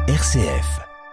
RCF.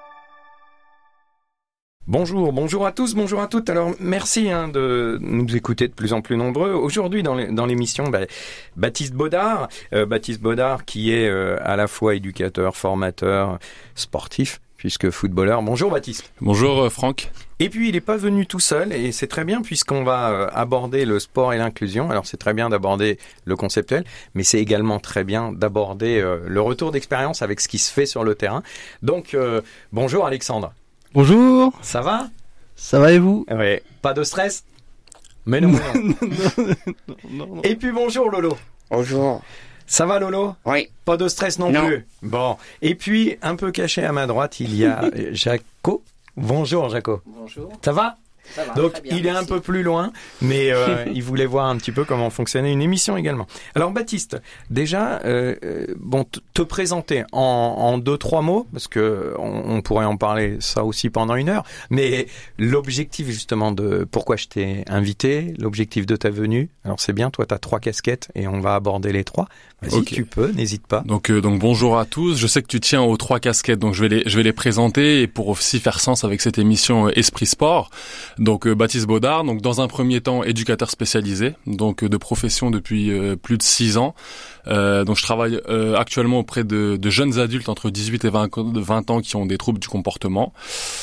Bonjour à tous, bonjour à toutes. Alors merci de nous écouter de plus en plus nombreux. Aujourd'hui dans l'émission, Baptiste Baudard. Baptiste Baudard qui est à la fois éducateur, formateur, sportif, puisque footballeur. Bonjour Baptiste. Bonjour Franck. Et puis il n'est pas venu tout seul et c'est très bien puisqu'on va aborder le sport et l'inclusion. Alors c'est très bien d'aborder le conceptuel, mais c'est également très bien d'aborder le retour d'expérience avec ce qui se fait sur le terrain. Donc bonjour Alexandre. Bonjour. Ça va ? Ça va et vous ? Ouais. Pas de stress ? Mais non. Non. Et puis bonjour Lolo. Bonjour. Ça va Lolo ? Oui. Pas de stress non plus. Bon. Et puis un peu caché à ma droite, il y a Jaco. Bonjour Jaco. Bonjour. Ça va ? Ça va. Donc très bien, il est merci. un peu plus loin, mais il voulait voir un petit peu comment fonctionnait une émission également. Alors Baptiste, déjà, te présenter en 2-3 mots, parce que on pourrait en parler ça aussi pendant 1 heure, mais l'objectif justement de pourquoi je t'ai invité, l'objectif de ta venue, alors c'est bien, toi tu as 3 casquettes et on va aborder les 3. Vas-y, Ok. Tu peux, n'hésite pas. Donc bonjour à tous. Je sais que tu tiens aux 3 casquettes, donc je vais les présenter et pour aussi faire sens avec cette émission Esprit Sport. Donc Baptiste Baudard, donc dans un premier temps éducateur spécialisé, donc de profession depuis plus de 6 ans. Donc je travaille actuellement auprès de jeunes adultes entre 18 et 20 ans qui ont des troubles du comportement.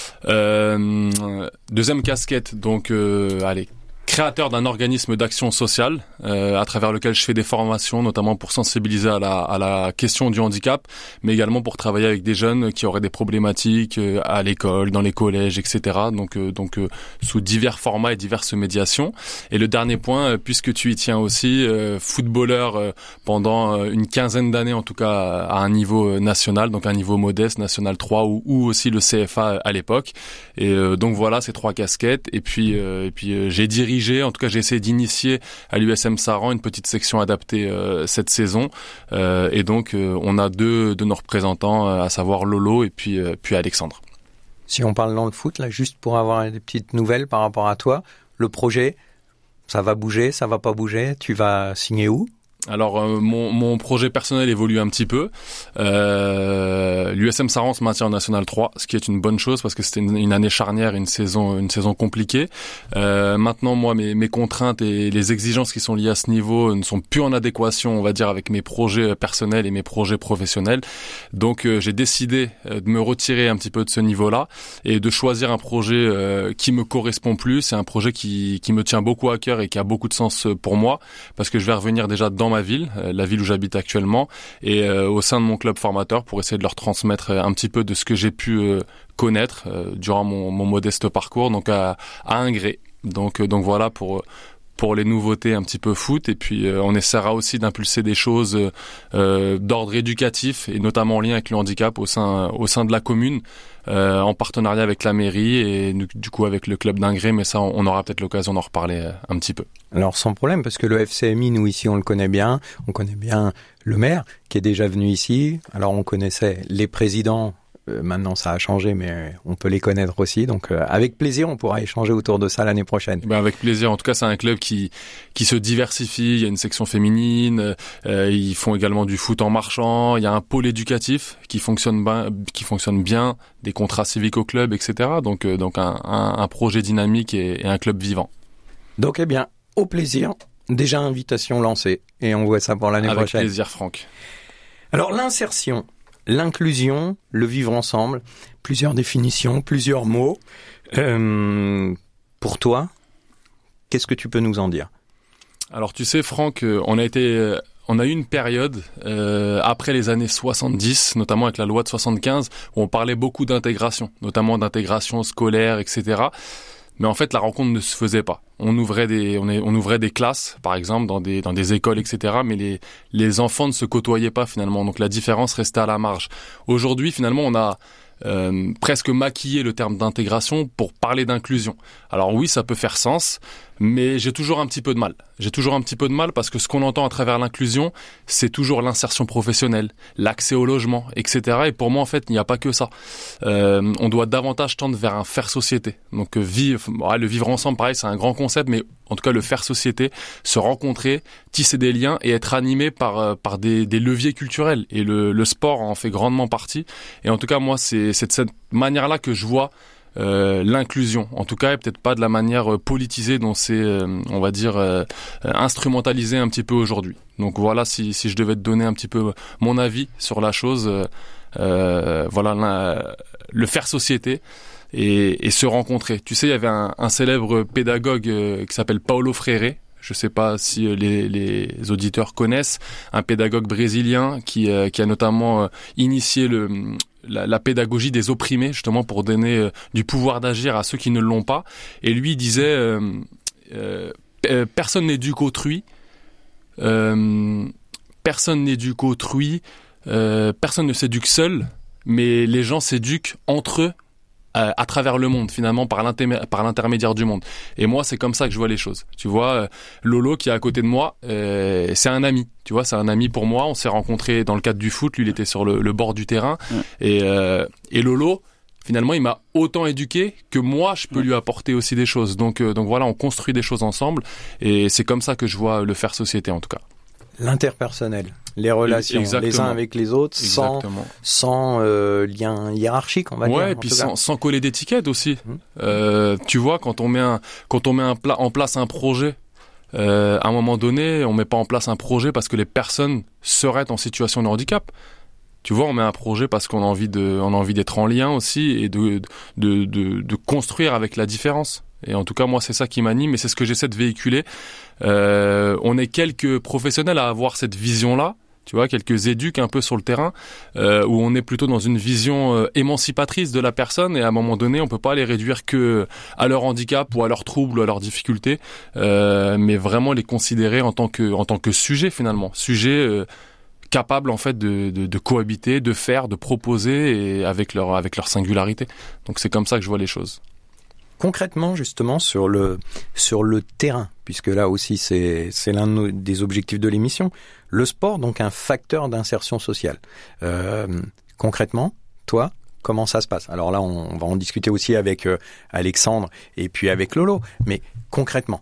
Deuxième casquette, donc créateur d'un organisme d'action sociale à travers lequel je fais des formations, notamment pour sensibiliser à la question du handicap, mais également pour travailler avec des jeunes qui auraient des problématiques à l'école, dans les collèges, etc. Donc sous divers formats et diverses médiations. Et le dernier point, puisque tu y tiens aussi, footballeur pendant une quinzaine d'années en tout cas à un niveau national, donc un niveau modeste, national 3 ou aussi le CFA à l'époque. Et donc voilà ces 3 casquettes. Et puis j'ai dirigé, en tout cas j'ai essayé d'initier à l'USM Saran une petite section adaptée cette saison. Et donc on a 2 de nos représentants, à savoir Lolo et puis Alexandre. Si on parle dans le foot, là, juste pour avoir des petites nouvelles par rapport à toi, le projet, ça va bouger, ça va pas bouger, tu vas signer où ? Alors mon projet personnel évolue un petit peu. L'USM Saran se maintient en National 3, ce qui est une bonne chose parce que c'était une année charnière, une saison compliquée. Maintenant, moi, mes contraintes et les exigences qui sont liées à ce niveau ne sont plus en adéquation, on va dire, avec mes projets personnels et mes projets professionnels. Donc j'ai décidé de me retirer un petit peu de ce niveau-là et de choisir un projet qui me correspond plus. C'est un projet qui me tient beaucoup à cœur et qui a beaucoup de sens pour moi parce que je vais revenir déjà dans ma ville, la ville où j'habite actuellement, et au sein de mon club formateur pour essayer de leur transmettre un petit peu de ce que j'ai pu connaître durant mon modeste parcours, donc à Ingré. Donc voilà pour les nouveautés un petit peu foot, et puis on essaiera aussi d'impulser des choses d'ordre éducatif et notamment en lien avec le handicap au sein de la commune, en partenariat avec la mairie et du coup avec le club d'Ingré, mais ça on aura peut-être l'occasion d'en reparler un petit peu. Alors sans problème, parce que le FCMI, nous ici on le connaît bien le maire qui est déjà venu ici, alors on connaissait les présidents, maintenant ça a changé mais on peut les connaître aussi, donc avec plaisir on pourra échanger autour de ça l'année prochaine. Avec plaisir, en tout cas c'est un club qui se diversifie, il y a une section féminine, ils font également du foot en marchant, il y a un pôle éducatif qui fonctionne bien, des contrats civiques au club, etc. Donc un projet dynamique et un club vivant. Donc au plaisir, déjà invitation lancée et on voit ça pour l'année prochaine. Avec plaisir Franck. Alors l'insertion, l'inclusion, le vivre ensemble, plusieurs définitions, plusieurs mots. Pour toi, qu'est-ce que tu peux nous en dire ? Alors tu sais Franck, on a eu une période après les années 70, notamment avec la loi de 75, où on parlait beaucoup d'intégration, notamment d'intégration scolaire, etc. Mais en fait, la rencontre ne se faisait pas. On ouvrait des classes, par exemple, dans des écoles, etc. Mais les enfants ne se côtoyaient pas finalement. Donc la différence restait à la marge. Aujourd'hui, finalement, on a presque maquillé le terme d'intégration pour parler d'inclusion. Alors oui, ça peut faire sens, Mais j'ai toujours un petit peu de mal. J'ai toujours un petit peu de mal parce que ce qu'on entend à travers l'inclusion, c'est toujours l'insertion professionnelle, l'accès au logement, etc. Et pour moi, en fait, il n'y a pas que ça. On doit davantage tendre vers un faire société. Donc le vivre ensemble, pareil, c'est un grand concept, mais en tout cas le faire société, se rencontrer, tisser des liens et être animé par des leviers culturels. Et le sport en fait grandement partie. Et en tout cas, moi, c'est de cette manière-là que je vois l'inclusion, en tout cas, et peut-être pas de la manière politisée dont c'est, on va dire, instrumentalisé un petit peu aujourd'hui. Donc voilà, si je devais te donner un petit peu mon avis sur la chose, voilà, le faire société et se rencontrer. Tu sais, il y avait un célèbre pédagogue qui s'appelle Paulo Freire. Je sais pas si les auditeurs connaissent, un pédagogue brésilien qui a notamment initié la pédagogie des opprimés, justement pour donner du pouvoir d'agir à ceux qui ne l'ont pas. Et lui il disait personne n'éduque autrui, personne ne s'éduque seul, mais les gens s'éduquent entre eux à travers le monde, finalement, par l'intermédiaire du monde. Et moi, c'est comme ça que je vois les choses. Tu vois, Lolo, qui est à côté de moi, c'est un ami. Tu vois, c'est un ami pour moi. On s'est rencontrés dans le cadre du foot. Lui, il était sur le bord du terrain. Et Lolo, finalement, il m'a autant éduqué que moi, je peux lui apporter aussi des choses. Donc voilà, on construit des choses ensemble. Et c'est comme ça que je vois le faire société, en tout cas. L'interpersonnel, les relations, les uns avec les autres, sans lien hiérarchique, on va dire. Ouais, et puis sans coller d'étiquette aussi. Tu vois, quand on met en place un projet, à un moment donné, on met pas en place un projet parce que les personnes seraient en situation de handicap. Tu vois, on met un projet parce qu'on a envie d'être en lien aussi et de construire avec la différence. Et en tout cas, moi, c'est ça qui m'anime et c'est ce que j'essaie de véhiculer. On est quelques professionnels à avoir cette vision-là, tu vois, quelques éduques un peu sur le terrain, où on est plutôt dans une vision émancipatrice de la personne et à un moment donné, on peut pas les réduire que à leur handicap ou à leurs troubles ou à leurs difficultés, mais vraiment les considérer en tant que sujet finalement, sujet capable en fait de cohabiter, de faire, de proposer et avec leur singularité. Donc c'est comme ça que je vois les choses. Concrètement, justement, sur le terrain, puisque là aussi c'est l'un des objectifs de l'émission, le sport, donc un facteur d'insertion sociale. Concrètement, toi, comment ça se passe ? Alors là, on va en discuter aussi avec Alexandre et puis avec Lolo, mais concrètement,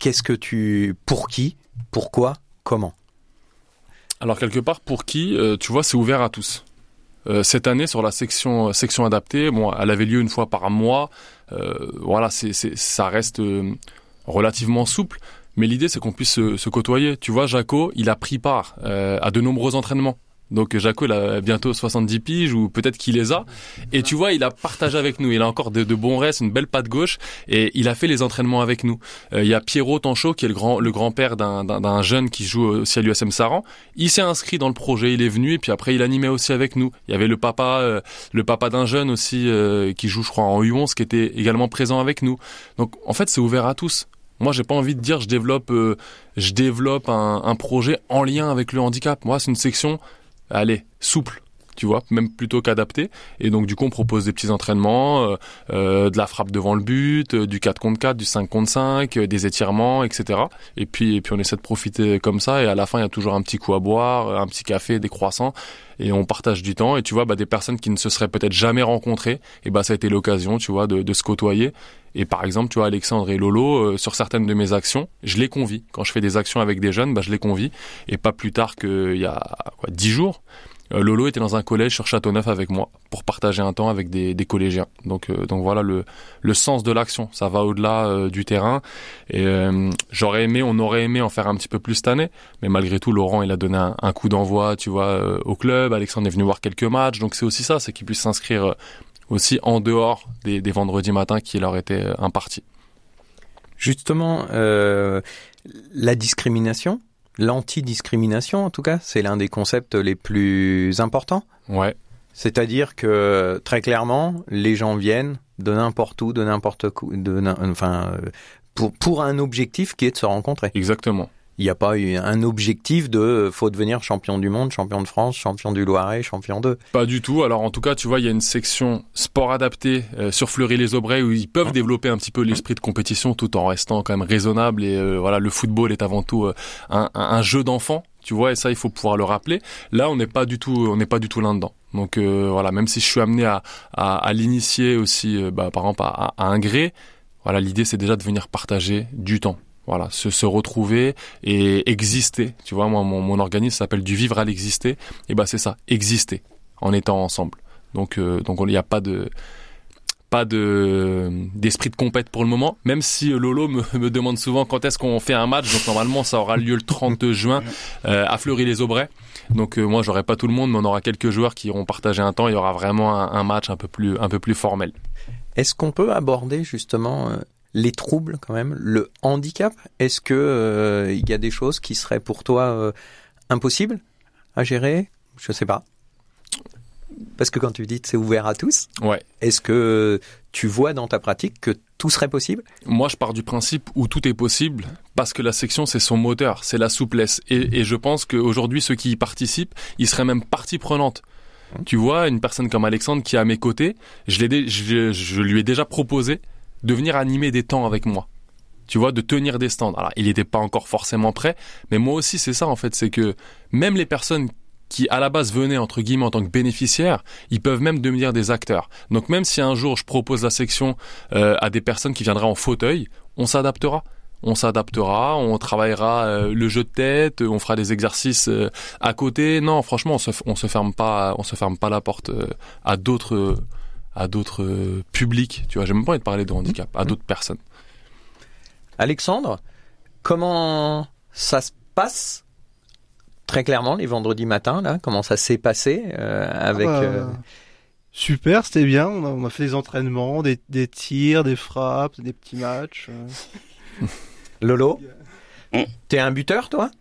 pour qui, pourquoi, comment ? Alors quelque part, pour qui, tu vois, c'est ouvert à tous. Cette année, sur la section adaptée, bon, elle avait lieu une fois par mois. Voilà, ça reste relativement souple. Mais l'idée, c'est qu'on puisse se côtoyer. Tu vois, Jaco, il a pris part à de nombreux entraînements. Donc Jaco, il a bientôt 70 piges ou peut-être qu'il les a. Et tu vois, il a partagé avec nous. Il a encore de bons restes, une belle patte gauche. Et il a fait les entraînements avec nous. Il y a Pierrot Tanchot, qui est le grand-père d'un jeune qui joue aussi à l'USM Saran. Il s'est inscrit dans le projet, il est venu. Et puis après, il animait aussi avec nous. Il y avait le papa d'un jeune aussi qui joue, je crois, en U11, qui était également présent avec nous. Donc en fait, c'est ouvert à tous. Moi, j'ai pas envie de dire je développe un projet en lien avec le handicap. Moi, c'est une section souple, tu vois, même plutôt qu'adapté. Et donc, du coup, on propose des petits entraînements, de la frappe devant le but, du 4 contre 4, du 5 contre 5, des étirements, etc. Et puis, on essaie de profiter comme ça. Et à la fin, il y a toujours un petit coup à boire, un petit café, des croissants. Et on partage du temps. Et tu vois, des personnes qui ne se seraient peut-être jamais rencontrées, et ça a été l'occasion, tu vois, de se côtoyer. Et par exemple, tu vois, Alexandre et Lolo, sur certaines de mes actions, je les convie. Quand je fais des actions avec des jeunes, je les convie. Et pas plus tard qu'il y a 10 jours, Lolo était dans un collège sur Châteauneuf avec moi pour partager un temps avec des collégiens. Donc voilà le sens de l'action. Ça va au-delà du terrain. Et on aurait aimé en faire un petit peu plus cette année. Mais malgré tout, Laurent, il a donné un coup d'envoi, tu vois, au club. Alexandre est venu voir quelques matchs. Donc c'est aussi ça, c'est qu'il puisse s'inscrire aussi en dehors des vendredis matins qui leur étaient impartis. Justement, la discrimination, l'antidiscrimination en tout cas, c'est l'un des concepts les plus importants. Ouais. C'est-à-dire que très clairement, les gens viennent de n'importe où, de n'importe quoi, pour un objectif qui est de se rencontrer. Exactement. il n'y a pas eu un objectif de faut devenir champion du monde, champion de France, champion du Loiret, champion 2. Pas du tout. Alors en tout cas, tu vois, il y a une section sport adapté sur Fleury-les-Aubrais où ils peuvent développer un petit peu l'esprit de compétition tout en restant quand même raisonnable. Et voilà, le football est avant tout un jeu d'enfant, tu vois, et ça il faut pouvoir le rappeler. Là, on n'est pas du tout là-dedans. Donc voilà, même si je suis amené à l'initier aussi, par exemple à un gré, voilà, l'idée c'est déjà de venir partager du temps. Voilà, se retrouver et exister. Tu vois, moi, mon organisme s'appelle du vivre à l'exister. Et c'est ça, exister en étant ensemble. Donc il n'y a pas d'esprit de compète pour le moment. Même si Lolo me demande souvent quand est-ce qu'on fait un match. Donc normalement, ça aura lieu le 30 juin à Fleury-les-Aubrais. Donc moi, j'aurai pas tout le monde, mais on aura quelques joueurs qui iront partager un temps. Il y aura vraiment un match un peu plus formel. Est-ce qu'on peut aborder justement les troubles quand même, le handicap? Est-ce que il y a des choses qui seraient pour toi impossibles à gérer? Je sais pas. Parce que quand tu dis que c'est ouvert à tous, ouais. Est-ce que tu vois dans ta pratique que tout serait possible? Moi, je pars du principe où tout est possible parce que la section, c'est son moteur, c'est la souplesse. Et je pense qu'aujourd'hui, ceux qui y participent, ils seraient même partie prenante. Tu vois, une personne comme Alexandre qui est à mes côtés, je lui ai déjà proposé de venir animer des temps avec moi. Tu vois, de tenir des stands. Alors, il n'était pas encore forcément prêt, mais moi aussi, c'est ça, en fait. C'est que même les personnes qui, à la base, venaient, entre guillemets, en tant que bénéficiaires, ils peuvent même devenir des acteurs. Donc, même si un jour, je propose la section à des personnes qui viendraient en fauteuil, on s'adaptera. On travaillera le jeu de tête, on fera des exercices à côté. Non, franchement, on se ferme pas la porte à d'autres publics. Tu vois, j'ai même pas envie de parler de handicap, à d'autres personnes. Alexandre, comment ça se passe très clairement les vendredis matins là? Comment ça s'est passé avec Super, c'était bien. On a fait des entraînements, des tirs, des frappes, des petits matchs. Lolo, t'es un buteur, toi?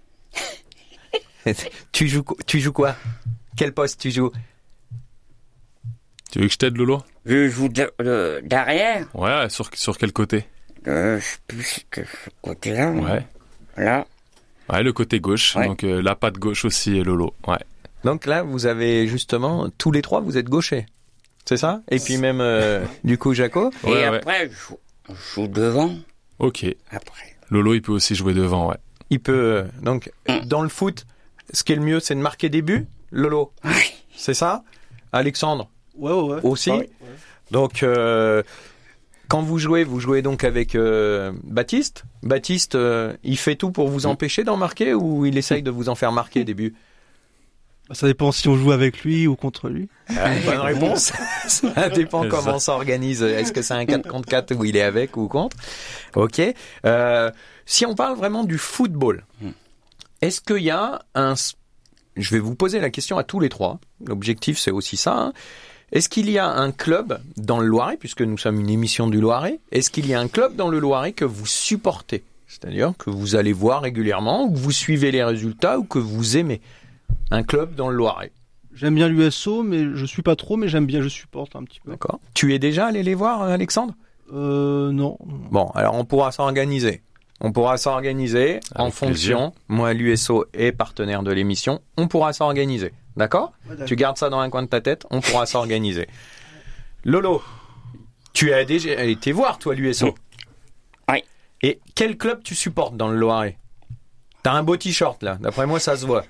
Tu joues quoi? Quel poste tu joues? Tu veux que je t'aide, Lolo? Je joue derrière. Ouais, sur quel côté? Je sais plus que ce côté-là. Ouais. Là. Ouais, le côté gauche. Ouais. Donc la patte gauche aussi, Lolo. Ouais. Donc là, vous avez justement, tous les trois, vous êtes gauchers. C'est ça? Et puis même, du coup, Jaco? Et après, je joue devant. Ok. Après. Lolo, il peut aussi jouer devant, ouais. Il peut, donc, dans le foot, ce qui est le mieux, c'est de marquer des buts. Lolo? Oui. C'est ça? Alexandre? Ouais. Aussi? Ouais. Donc, quand vous jouez donc avec Baptiste. Baptiste, il fait tout pour vous empêcher d'en marquer ou il essaye de vous en faire marquer des buts? Ça dépend si on joue avec lui ou contre lui. Bonne réponse. Ça dépend comment on s'organise. Est-ce que c'est un 4 contre 4 où il est avec ou contre? Ok. Si on parle vraiment du football, est-ce qu'il y a je vais vous poser la question à tous les trois. L'objectif, c'est aussi ça. Hein. Est-ce qu'il y a un club dans le Loiret, puisque nous sommes une émission du Loiret, est-ce qu'il y a un club dans le Loiret que vous supportez? C'est-à-dire que vous allez voir régulièrement, ou que vous suivez les résultats, ou que vous aimez? Un club dans le Loiret. J'aime bien l'USO, mais je suis pas trop, mais j'aime bien, je supporte un petit peu. D'accord. Tu es déjà allé les voir, Alexandre? Non. Bon, alors on pourra s'organiser. En fonction. Moi, l'USO est partenaire de l'émission. On pourra s'organiser. D'accord? Ouais, tu gardes ça dans un coin de ta tête. On pourra s'organiser. Lolo, tu as déjà été voir, toi, l'USO? Oui. Et quel club tu supportes dans le Loiret? T'as un beau t-shirt, là. D'après moi, ça se voit.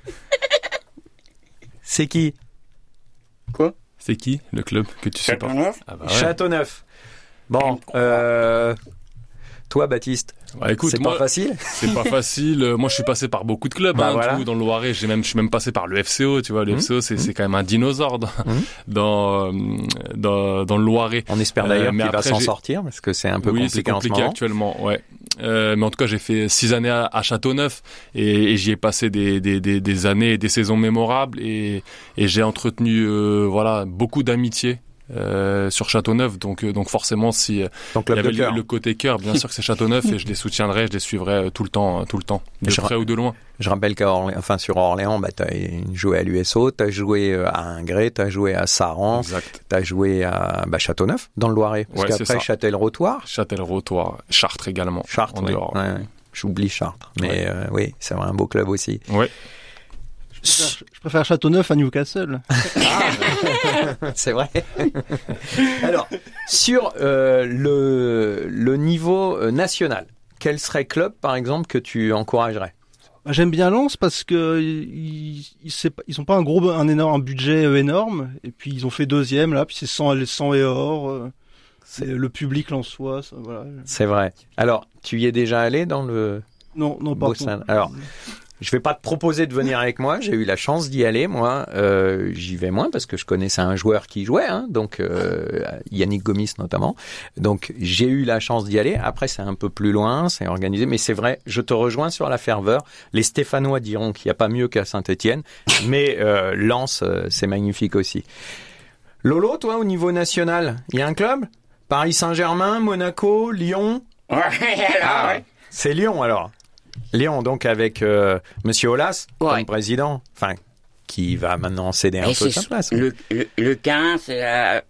C'est qui? Quoi? C'est qui, le club que tu supportes? Châteauneuf. Ah bah ouais. Châteauneuf. Bon, toi, Baptiste, écoute, c'est pas facile. C'est pas facile. Moi, je suis passé par beaucoup de clubs. Voilà. Tout, dans le Loiret, je suis même passé par le FCO. Tu vois, le FCO, c'est quand même un dinosaure dans le Loiret. On espère d'ailleurs qu'il va s'en sortir parce que c'est un peu compliqué en ce moment. Actuellement, ouais. Mais en tout cas, j'ai fait 6 années à Châteauneuf et j'y ai passé des années et des saisons mémorables et j'ai entretenu beaucoup d'amitié sur Châteauneuf, donc forcément si il y avait le côté cœur, bien sûr que c'est Châteauneuf et je les soutiendrai, je les suivrai tout le temps, de près ou de loin. Je rappelle sur Orléans, t'as joué à l'USO, t'as joué à Ingré, t'as joué à Saran, t'as joué à Châteauneuf dans le Loiret, parce qu'après Châtellerault-Thouars, Chartres également. Chartres, j'oublie Chartres. Mais oui, c'est vrai, un beau club aussi. Ouais. Je préfère Châteauneuf à Newcastle. C'est vrai. Alors, sur le niveau national, quel serait club, par exemple, que tu encouragerais? J'aime bien Lens parce que ils ont pas un budget énorme, et puis ils ont fait deuxième là, puis c'est 100 et or. C'est le public lensois, ça, voilà. C'est vrai. Alors, tu y es déjà allé dans le Non, pas beau stade? Alors, je vais pas te proposer de venir avec moi. J'ai eu la chance d'y aller, moi. J'y vais moins parce que je connaissais un joueur qui jouait, hein, donc Yannick Gomis notamment. Donc j'ai eu la chance d'y aller. Après, c'est un peu plus loin, c'est organisé, mais c'est vrai. Je te rejoins sur la ferveur. Les Stéphanois diront qu'il n'y a pas mieux qu'à Saint-Étienne, mais Lens, c'est magnifique aussi. Lolo, toi, au niveau national, il y a un club? Paris Saint-Germain, Monaco, Lyon. Ouais, alors, ouais. C'est Lyon alors. Lyon, donc avec Monsieur Aulas comme président, enfin, qui va maintenant céder un peu sa place. Le 15, c'est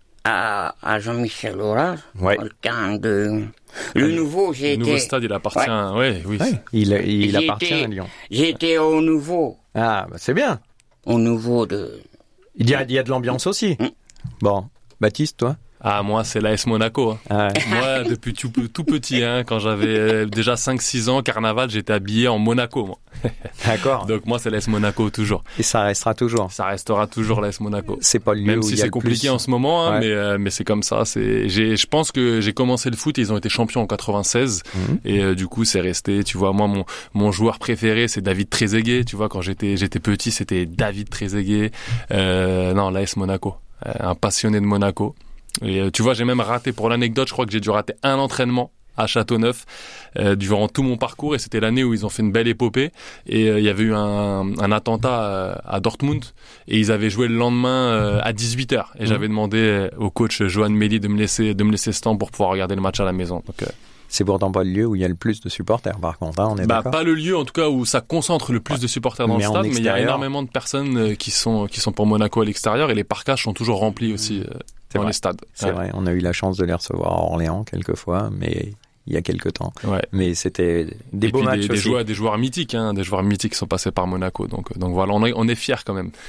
à Jean-Michel Aulas. Ouais. Le 15 de... Le nouveau, Le nouveau stade, il appartient... Ouais, oui. Ouais, il appartient à Lyon. J'étais au nouveau. Ah, bah c'est bien. Au nouveau de... Il y a de l'ambiance aussi. Bon, Baptiste, toi? Ah, moi, c'est l'AS Monaco. Hein. Ah ouais. Moi, depuis tout petit, hein, quand j'avais déjà 5-6 ans, carnaval, j'étais habillé en Monaco, moi. D'accord. Donc moi, c'est l'AS Monaco, toujours. Et ça restera toujours. Ça restera toujours l'AS Monaco. C'est pas le lieu Même où si il y a c'est le compliqué plus. en ce moment, hein, Ouais. mais c'est comme ça. Je pense que j'ai commencé le foot et ils ont été champions en 96. Et du coup, c'est resté. Tu vois, moi, mon joueur préféré, c'est David Trezeguet. Tu vois, quand j'étais petit, c'était David Trezeguet. Non, l'AS Monaco. Un passionné de Monaco. Et tu vois, j'ai même raté, pour l'anecdote, je crois que j'ai dû rater un entraînement à Châteauneuf durant tout mon parcours, et c'était l'année où ils ont fait une belle épopée, et il y avait eu un attentat à Dortmund, et ils avaient joué le lendemain à 18h, et j'avais demandé au coach Johan Méli de me laisser ce temps pour pouvoir regarder le match à la maison. Donc C'est pourtant pas le lieu où il y a le plus de supporters, par contre, hein, on est d'accord. pas le lieu, en tout cas, où ça concentre le plus de supporters dans Mais le en stade, mais il y a extérieur. énormément de personnes qui sont pour Monaco à l'extérieur, et les parkages sont toujours remplis aussi dans vrai. les stades. C'est vrai, on a eu la chance de les recevoir à Orléans quelquefois, mais il y a quelques temps. Ouais. Mais c'était des beaux matchs aussi. Des joueurs mythiques, hein, des joueurs mythiques qui sont passés par Monaco. Donc voilà, on est fiers quand même.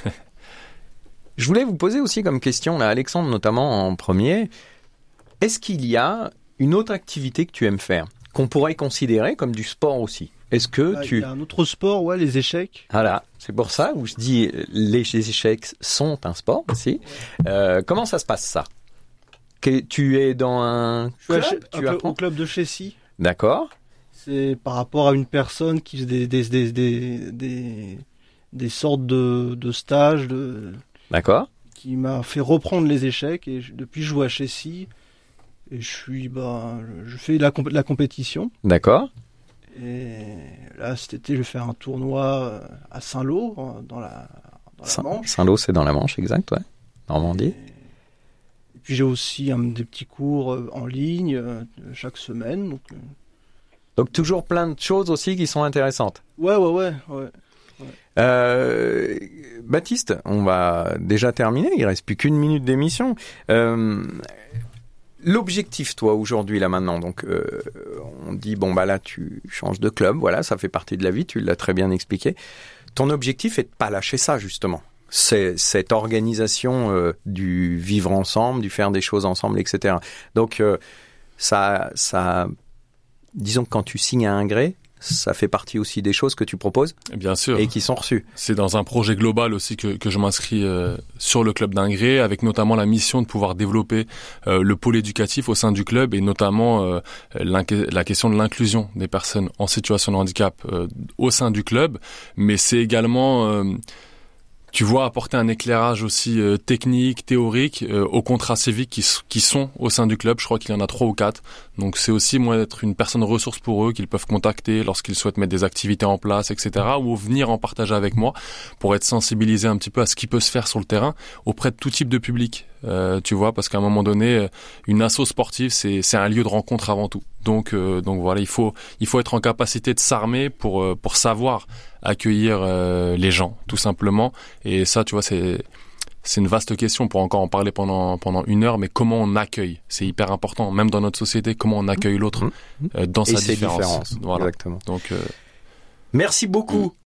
Je voulais vous poser aussi comme question, là, Alexandre notamment en premier, est-ce qu'il y a une autre activité que tu aimes faire, qu'on pourrait considérer comme du sport aussi? Est-ce que Il y a un autre sport, ouais, les échecs. Voilà, c'est pour ça où je dis les échecs sont un sport aussi. Comment ça se passe ça? Tu es dans un club, tu apprends? Au club de Chessy. D'accord. C'est par rapport à une personne qui faisait des sortes de stages, D'accord. qui m'a fait reprendre les échecs, et depuis je joue à Chessy, et je fais la compétition. D'accord. Et là, cet été, je vais faire un tournoi à Saint-Lô, dans la Manche. Saint-Lô, c'est dans la Manche, exact, ouais. Normandie. Et puis j'ai aussi des petits cours en ligne chaque semaine. Donc toujours plein de choses aussi qui sont intéressantes. Ouais. Baptiste, on va déjà terminer, il reste plus qu'une minute d'émission. L'objectif, toi, aujourd'hui, là, maintenant, donc, on dit, bon, bah là, tu changes de club, voilà, ça fait partie de la vie, tu l'as très bien expliqué. Ton objectif est de pas lâcher ça, justement. C'est cette organisation du vivre ensemble, du faire des choses ensemble, etc. Donc, ça, disons que quand tu signes à un gré, ça fait partie aussi des choses que tu proposes. Bien sûr. Et qui sont reçues. C'est dans un projet global aussi que je m'inscris sur le club d'Ingré, avec notamment la mission de pouvoir développer le pôle éducatif au sein du club, et notamment la question de l'inclusion des personnes en situation de handicap au sein du club. Mais c'est également... tu vois, apporter un éclairage aussi technique, théorique aux contrats civiques qui sont au sein du club. Je crois qu'il y en a 3 ou 4. Donc c'est aussi, moi, être une personne ressource pour eux qu'ils peuvent contacter lorsqu'ils souhaitent mettre des activités en place, etc. Ou venir en partager avec moi pour être sensibilisé un petit peu à ce qui peut se faire sur le terrain auprès de tout type de public. Tu vois, parce qu'à un moment donné, une asso sportive, c'est un lieu de rencontre avant tout. Donc voilà, il faut être en capacité de s'armer pour savoir accueillir les gens, tout simplement. Et ça, tu vois, c'est une vaste question pour encore en parler pendant 1 heure, mais comment on accueille, c'est hyper important, même dans notre société, comment on accueille l'autre dans sa différence. Voilà. Exactement. Donc, merci beaucoup.